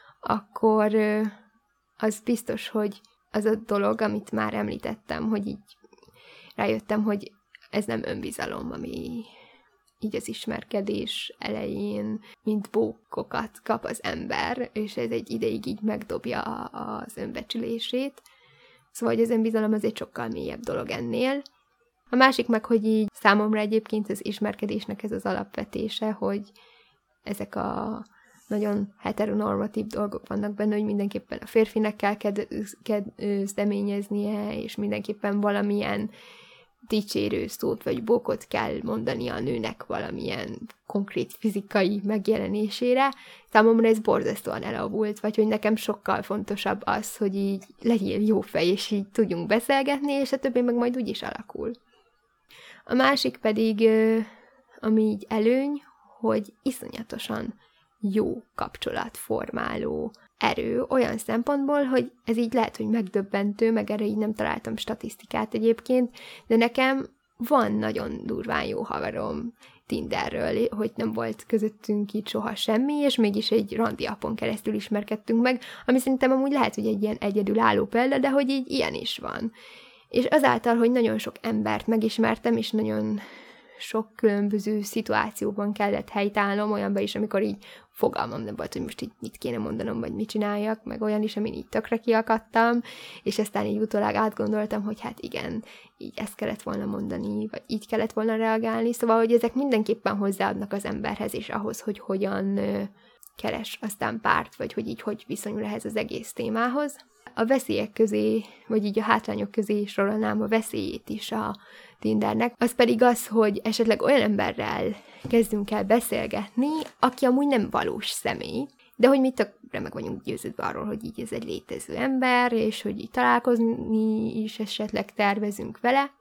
akkor uh, az biztos, hogy az a dolog, amit már említettem, hogy így rájöttem, hogy ez nem önbizalom, ami így az ismerkedés elején, mint bókokat kap az ember, és ez egy ideig így megdobja az önbecsülését. Szóval, hogy az önbizalom az egy sokkal mélyebb dolog ennél. A másik meg, hogy így számomra egyébként az ismerkedésnek ez az alapvetése, hogy ezek a nagyon heteronormatív dolgok vannak benne, hogy mindenképpen a férfinek kell kezdeményeznie, és mindenképpen valamilyen dicsérő szót vagy bókot kell mondani a nőnek valamilyen konkrét fizikai megjelenésére. Számomra ez borzasztóan elavult, vagy hogy nekem sokkal fontosabb az, hogy így legyél jó fej, és így tudjunk beszélgetni, és a többi meg majd úgy is alakul. A másik pedig, ami így előny, hogy iszonyatosan jó kapcsolatformáló erő olyan szempontból, hogy ez így lehet, hogy megdöbbentő, meg erre így nem találtam statisztikát egyébként, de nekem van nagyon durván jó haverom Tinderről, hogy nem volt közöttünk így soha semmi, és mégis egy randi appon keresztül ismerkedtünk meg, ami szerintem amúgy lehet, hogy egy ilyen egyedülálló példa, de hogy így ilyen is van. És azáltal, hogy nagyon sok embert megismertem, és nagyon sok különböző szituációban kellett helytállnom, olyanban is, amikor így fogalmam nem volt, hogy most így mit kéne mondanom, vagy mit csináljak, meg olyan is, amin így tökre kiakadtam, és aztán így utólag átgondoltam, hogy hát igen, így ezt kellett volna mondani, vagy így kellett volna reagálni, szóval, hogy ezek mindenképpen hozzáadnak az emberhez, és ahhoz, hogy hogyan ö, keres aztán párt, vagy hogy így hogy viszonyul ehhez az egész témához. A veszélyek közé, vagy így a hátrányok közé sorolnám a veszélyét is a Tindernek, az pedig az, hogy esetleg olyan emberrel kezdünk el beszélgetni, aki amúgy nem valós személy, de hogy mi tökre meg vagyunk győződve arról, hogy így ez egy létező ember, és hogy így találkozni is esetleg tervezünk vele,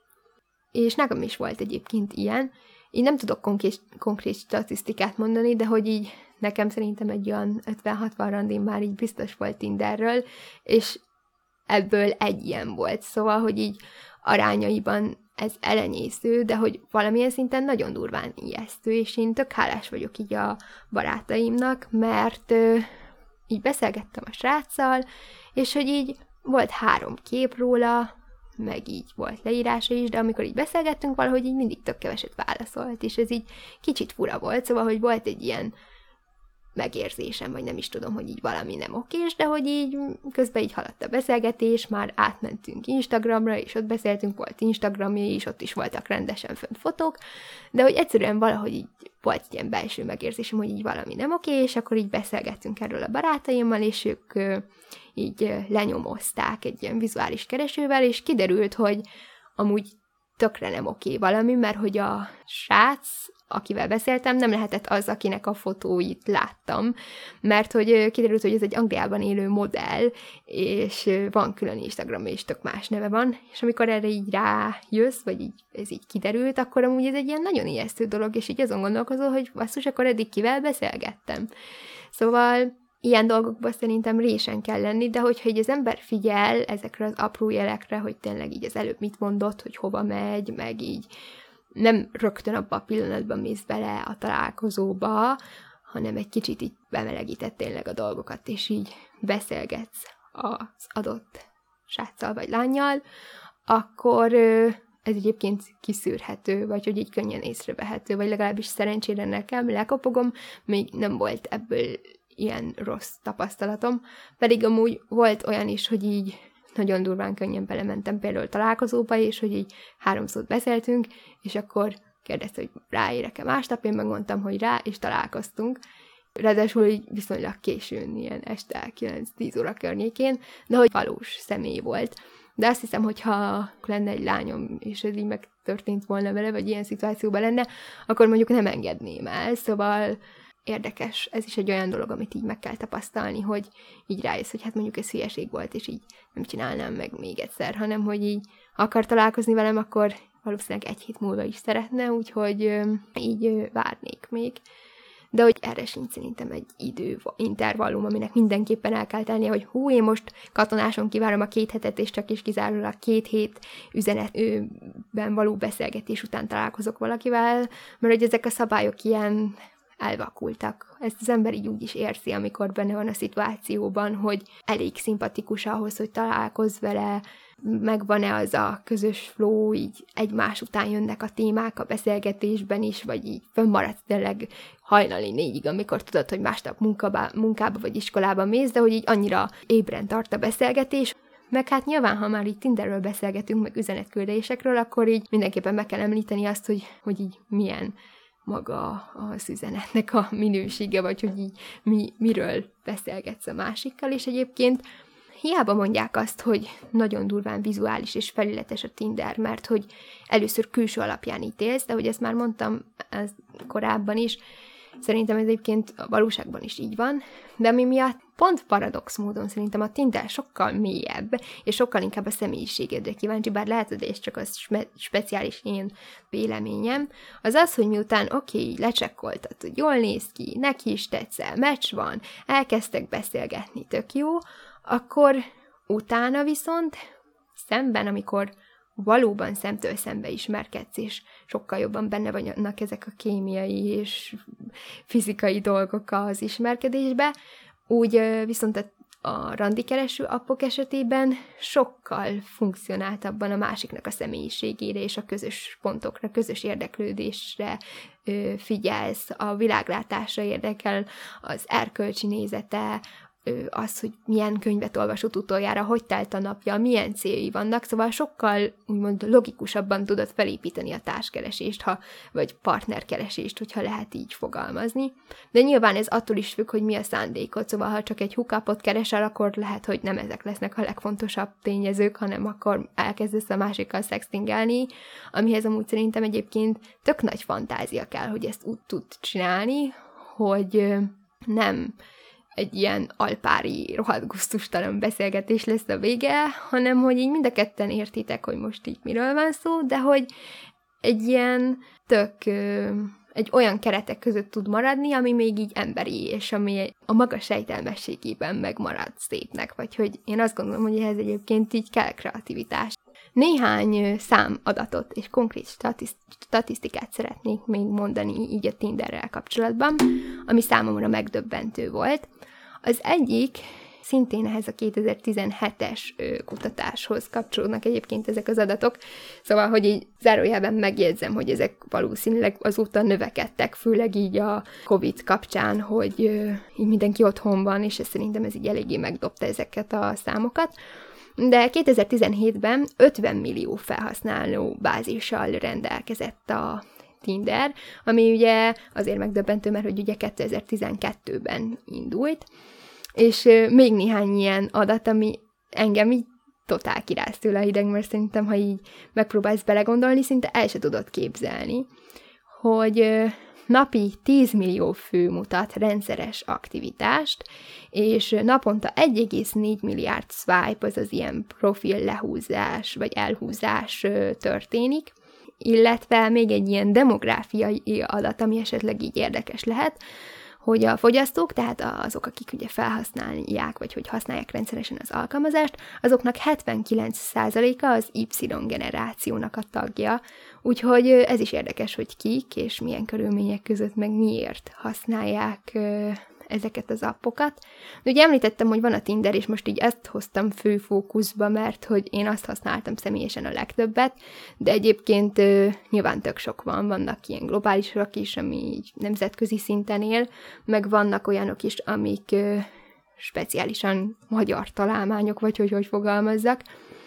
és nekem is volt egyébként ilyen. Én nem tudok konkrét, konkrét statisztikát mondani, de hogy így nekem szerintem egy olyan ötven-hatvan randin már így biztos volt Tinderről, és ebből egy ilyen volt. Szóval, hogy így arányaiban ez elenyésző, de hogy valamilyen szinten nagyon durván ijesztő, és én tök hálás vagyok így a barátaimnak, mert ö, így beszélgettem a sráccal, és hogy így volt három kép róla, meg így volt leírása is, de amikor így beszélgettünk, valahogy így mindig tök keveset válaszolt, és ez így kicsit fura volt, szóval, hogy volt egy ilyen megérzésem, vagy nem is tudom, hogy így valami nem okés, de hogy így közben így haladt a beszélgetés, már átmentünk Instagramra, és ott beszéltünk, volt Instagramja is, ott is voltak rendesen fönt fotók, de hogy egyszerűen valahogy így volt egy ilyen belső megérzésem, hogy így valami nem oké, és akkor így beszélgettünk erről a barátaimmal, és ők így lenyomozták egy ilyen vizuális keresővel, és kiderült, hogy amúgy tökre nem oké valami, mert hogy a srác, akivel beszéltem, nem lehetett az, akinek a fotóit láttam, mert hogy kiderült, hogy ez egy Angliában élő modell, és van külön Instagram, és tök más neve van, és amikor erre így rájössz, vagy így, ez így kiderült, akkor amúgy ez egy ilyen nagyon ijesztő dolog, és így azon gondolkozol, hogy basszus, akkor eddig kivel beszélgettem. Szóval ilyen dolgokban szerintem résen kell lenni, de hogyha így az ember figyel ezekre az apró jelekre, hogy tényleg így az előbb mit mondott, hogy hova megy, meg így nem rögtön abban a pillanatban mész bele a találkozóba, hanem egy kicsit így bemelegített tényleg a dolgokat, és így beszélgetsz az adott sráccal vagy lánnyal, akkor ez egyébként kiszűrhető, vagy hogy így könnyen észrevehető, vagy legalábbis szerencsére nekem, lekopogom, még nem volt ebből ilyen rossz tapasztalatom, pedig amúgy volt olyan is, hogy így nagyon durván könnyen belementem például találkozóba, és hogy így háromszor beszéltünk, és akkor kérdezte, hogy ráérek-e másnap, én megmondtam, hogy rá, és találkoztunk. Ráadásul így viszonylag későn, ilyen este kilenc-tíz óra környékén, de hogy valós személy volt. De azt hiszem, hogyha lenne egy lányom, és ez így megtörtént volna vele, vagy ilyen szituációban lenne, akkor mondjuk nem engedném el, szóval érdekes, ez is egy olyan dolog, amit így meg kell tapasztalni, hogy így rájössz, hogy hát mondjuk ez hülyeség volt, és így nem csinálnám meg még egyszer, hanem hogy így ha akar találkozni velem, akkor valószínűleg egy hét múlva is szeretne, úgyhogy ö, így ö, várnék még. De hogy erre sincs szerintem egy idő intervallum, aminek mindenképpen el kell tennie, hogy hú, én most katonáson kivárom a két hetet, és csak is kizárólag két hét üzenetben való beszélgetés után találkozok valakivel, mert hogy ezek a szabályok ilyen elvakultak. Ezt az ember így úgy is érzi, amikor benne van a szituációban, hogy elég szimpatikus ahhoz, hogy találkozz vele, megvan-e az a közös flow, így egymás után jönnek a témák a beszélgetésben is, vagy így fönnmaradsz tényleg hajnali négyig, amikor tudod, hogy másnap munkába, munkába vagy iskolába mész, de hogy így annyira ébren tart a beszélgetés. Meg hát nyilván, ha már így Tinderről beszélgetünk, meg üzenetküldésekről, akkor így mindenképpen meg kell említeni azt, hogy, hogy így milyen maga az üzenetnek a minősége, vagy hogy így mi, miről beszélgetsz a másikkal, és egyébként hiába mondják azt, hogy nagyon durván vizuális és felületes a Tinder, mert hogy először külső alapján ítélsz, de hogy ezt már mondtam ez korábban is, szerintem ez egyébként a valóságban is így van, de ami miatt pont paradox módon szerintem a Tinder sokkal mélyebb, és sokkal inkább a személyiségedre kíváncsi, bár lehet, hogy ez csak az spe- speciális én véleményem, az az, hogy miután oké, okay, lecsekkoltad, hogy jól néz ki, neki is tetszel, meccs van, elkezdtek beszélgetni, tök jó, akkor utána viszont szemben, amikor valóban szemtől szembe ismerkedsz, és sokkal jobban benne vannak ezek a kémiai és fizikai dolgok az ismerkedésbe, úgy viszont a, a randikereső appok esetében sokkal funkcionáltabban a másiknak a személyiségére és a közös pontokra, közös érdeklődésre ö, figyelsz, a világlátásra érdekel, az erkölcsi nézete, az, hogy milyen könyvet olvasott utoljára, hogy telt a napja, milyen céljai vannak, szóval sokkal úgymond logikusabban tudod felépíteni a társkeresést, ha, vagy partnerkeresést, hogyha lehet így fogalmazni. De nyilván ez attól is függ, hogy mi a szándékod, szóval ha csak egy hookupot keresel, akkor lehet, hogy nem ezek lesznek a legfontosabb tényezők, hanem akkor elkezdesz a másikkal szextingelni, amihez amúgy szerintem egyébként tök nagy fantázia kell, hogy ezt úgy tud csinálni, hogy nem egy ilyen alpári, rohadt gusztustalan beszélgetés lesz a vége, hanem hogy így mind a ketten értitek, hogy most így miről van szó, de hogy egy ilyen tök, egy olyan keretek között tud maradni, ami még így emberi, és ami a maga sejtelmességében megmarad szépnek, vagy hogy én azt gondolom, hogy ehhez egyébként így kell kreativitás. Néhány számadatot és konkrét statiszt- statisztikát szeretnék még mondani így a Tinderrel kapcsolatban, ami számomra megdöbbentő volt. Az egyik, szintén ehhez a kétezer-tizenhetes kutatáshoz kapcsolódnak egyébként ezek az adatok, szóval, hogy így zárójelben megjegyzem, hogy ezek valószínűleg azóta növekedtek, főleg így a Covid kapcsán, hogy így mindenki otthon van, és ez szerintem ez így eléggé megdobta ezeket a számokat. De kétezer-tizenhétben ötven millió felhasználó bázissal rendelkezett a Tinder, ami ugye azért megdöbbentő, mert hogy ugye kétezer-tizenkettőben indult, és még néhány ilyen adat, ami engem így totál kiráz tőle a hideg, mert szerintem, ha így megpróbálsz belegondolni, szinte el se tudod képzelni, hogy napi tíz millió fő mutat rendszeres aktivitást, és naponta egy egész négy milliárd swipe, azaz ilyen profil lehúzás vagy elhúzás történik, illetve még egy ilyen demográfiai adat, ami esetleg így érdekes lehet, hogy a fogyasztók, tehát azok, akik ugye felhasználják, vagy hogy használják rendszeresen az alkalmazást, azoknak hetvenkilenc százaléka az Y-generációnak a tagja, úgyhogy ez is érdekes, hogy kik és milyen körülmények között meg miért használják ezeket az appokat. De ugye említettem, hogy van a Tinder, és most így ezt hoztam fő fókuszba, mert hogy én azt használtam személyesen a legtöbbet, de egyébként ö, nyilván tök sok van, vannak ilyen globálisak is, ami így nemzetközi szinten él, meg vannak olyanok is, amik ö, speciálisan magyar találmányok, vagy hogy hogy fogalmazzak.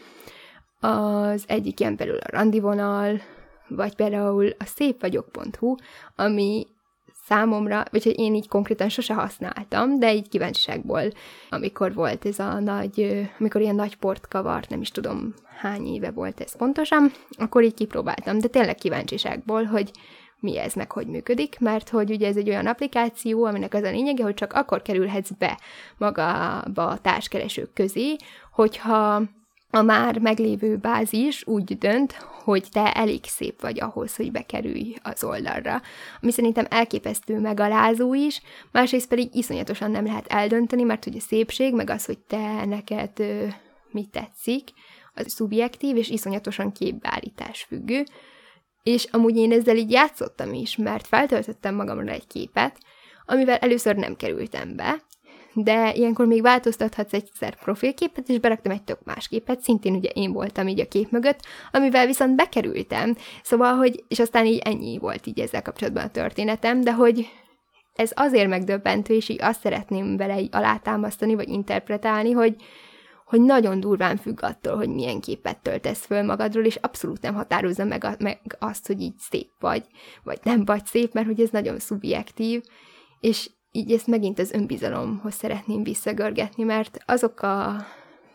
Az egyik ilyen belül a randivonal, vagy például a szépvagyok pont hu, ami számomra, vagy hogy én így konkrétan sose használtam, de így kíváncsiságból, amikor volt ez a nagy, amikor ilyen nagy port kavart, nem is tudom hány éve volt ez pontosan, akkor így kipróbáltam, de tényleg kíváncsiságból, hogy mi ez, meg hogy működik, mert hogy ugye ez egy olyan applikáció, aminek az a lényege, hogy csak akkor kerülhetsz be magába a társkeresők közé, hogyha a már meglévő bázis úgy dönt, hogy te elég szép vagy ahhoz, hogy bekerülj az oldalra. Ami szerintem elképesztő megalázó is, másrészt pedig iszonyatosan nem lehet eldönteni, mert ugye szépség, meg az, hogy te neked ö, mit tetszik, az szubjektív és iszonyatosan képbeállítás függő. És amúgy én ezzel így játszottam is, mert feltöltöttem magamra egy képet, amivel először nem kerültem be, de ilyenkor még változtathatsz egyszer profilképet, és beraktam egy tök más képet, szintén ugye én voltam így a kép mögött, amivel viszont bekerültem, szóval, hogy, és aztán így ennyi volt így ezzel kapcsolatban a történetem, de hogy ez azért megdöbbentő, és így azt szeretném vele így alátámasztani, vagy interpretálni, hogy, hogy nagyon durván függ attól, hogy milyen képet töltesz föl magadról, és abszolút nem határozza meg, a, meg azt, hogy így szép vagy, vagy nem vagy szép, mert hogy ez nagyon szubjektív, és így ezt megint az önbizalomhoz szeretném visszagörgetni, mert azok a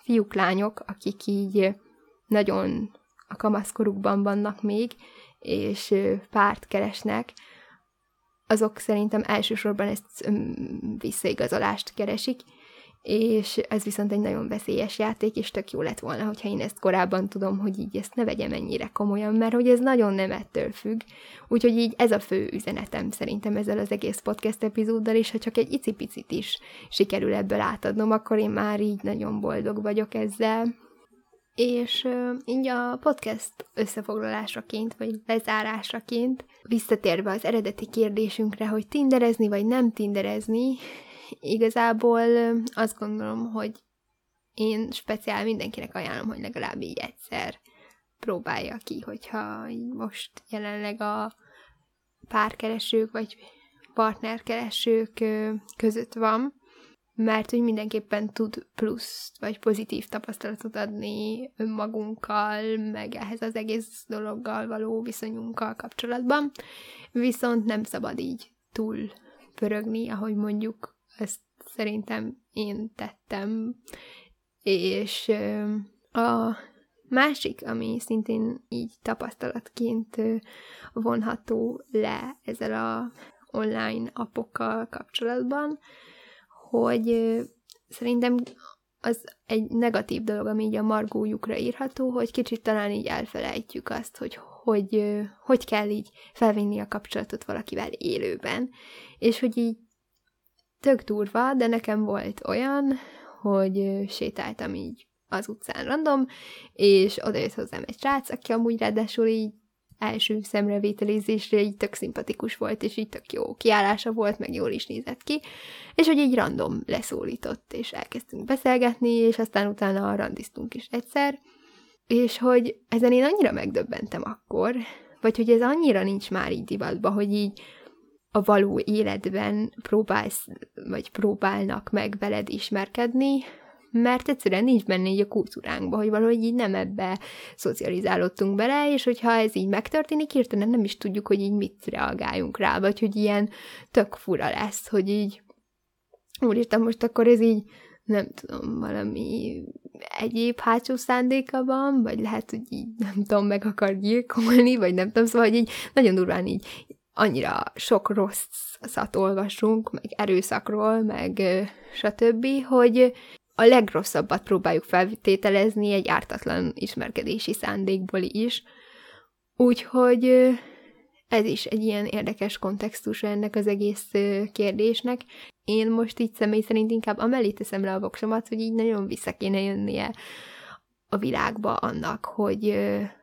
fiúk, lányok, akik így nagyon a kamaszkorukban vannak még, és párt keresnek, azok szerintem elsősorban ezt visszaigazolást keresik, és ez viszont egy nagyon veszélyes játék, és tök jó lett volna, hogyha én ezt korábban tudom, hogy így ezt ne vegyem ennyire komolyan, mert hogy ez nagyon nem ettől függ. Úgyhogy így ez a fő üzenetem szerintem ezzel az egész podcast epizóddal, és ha csak egy icipicit is sikerül ebből átadnom, akkor én már így nagyon boldog vagyok ezzel. És uh, így a podcast összefoglalásaként, vagy lezárásaként, visszatérve az eredeti kérdésünkre, hogy tinderezni, vagy nem tinderezni, igazából uh, azt gondolom, hogy én speciál mindenkinek ajánlom, hogy legalább így egyszer próbálja ki, hogyha most jelenleg a párkeresők, vagy partnerkeresők uh, között van, mert hogy mindenképpen tud pluszt, vagy pozitív tapasztalatot adni önmagunkkal, meg ehhez az egész dologgal való viszonyunkkal kapcsolatban, viszont nem szabad így túl pörögni, ahogy mondjuk ezt szerintem én tettem, és a másik, ami szintén így tapasztalatként vonható le ezzel a online appokkal kapcsolatban, hogy szerintem az egy negatív dolog, ami így a margójukra írható, hogy kicsit talán így elfelejtjük azt, hogy hogy, hogy kell így felvinni a kapcsolatot valakivel élőben. És hogy így tök durva, de nekem volt olyan, hogy sétáltam így az utcán random, és oda jött hozzám egy srác, aki amúgy ráadásul így első szemrevételizésre így tök szimpatikus volt, és így tök jó kiállása volt, meg jól is nézett ki, és hogy így random leszólított, és elkezdtünk beszélgetni, és aztán utána randiztunk is egyszer, és hogy ezen én annyira megdöbbentem akkor, vagy hogy ez annyira nincs már így divatban, hogy így a való életben próbálsz, vagy próbálnak meg veled ismerkedni, mert egyszerűen nincs benne így a kultúránkban, hogy valahogy így nem ebbe szocializálódtunk bele, és hogyha ez így megtörténik, hirtelen nem is tudjuk, hogy így mit reagáljunk rá, vagy hogy ilyen tök fura lesz, hogy így úristen, most akkor ez így, nem tudom, valami egyéb hátsó szándéka van, vagy lehet, hogy így nem tudom, meg akar gyilkolni, vagy nem tudom, szóval, hogy így nagyon durván így annyira sok rosszat olvasunk, meg erőszakról, meg stb., hogy a legrosszabbat próbáljuk feltételezni egy ártatlan ismerkedési szándékból is. Úgyhogy ez is egy ilyen érdekes kontextus ennek az egész kérdésnek. Én most így személy szerint inkább amellé teszem le a voksomat, hogy így nagyon vissza kéne jönnie a világba annak, hogy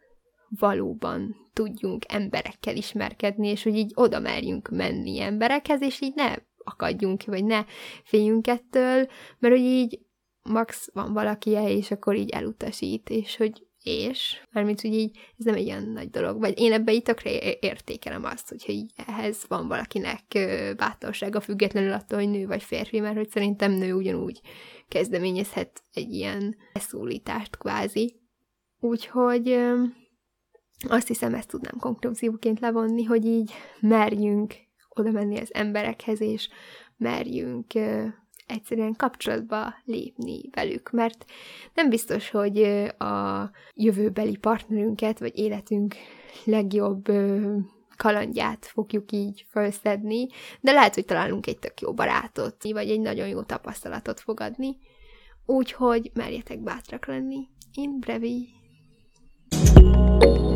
valóban tudjunk emberekkel ismerkedni, és hogy így oda merjünk menni emberekhez, és így ne akadjunk ki, vagy ne féljünk ettől, mert hogy így max van valaki, és akkor így elutasít, és hogy és, mármint, hogy így ez nem egy olyan nagy dolog, vagy én ebbe így tökre értékelem azt, hogyha így ehhez van valakinek bátorsága, függetlenül attól, hogy nő vagy férfi, mert hogy szerintem nő ugyanúgy kezdeményezhet egy ilyen szólítást kvázi. Úgyhogy azt hiszem, ezt tudnám konklúzióként levonni, hogy így merjünk oda menni az emberekhez, és merjünk egyszerűen kapcsolatba lépni velük, mert nem biztos, hogy a jövőbeli partnerünket, vagy életünk legjobb kalandját fogjuk így felszedni, de lehet, hogy találunk egy tök jó barátot, vagy egy nagyon jó tapasztalatot fogadni, úgyhogy merjetek bátrak lenni. In brevi!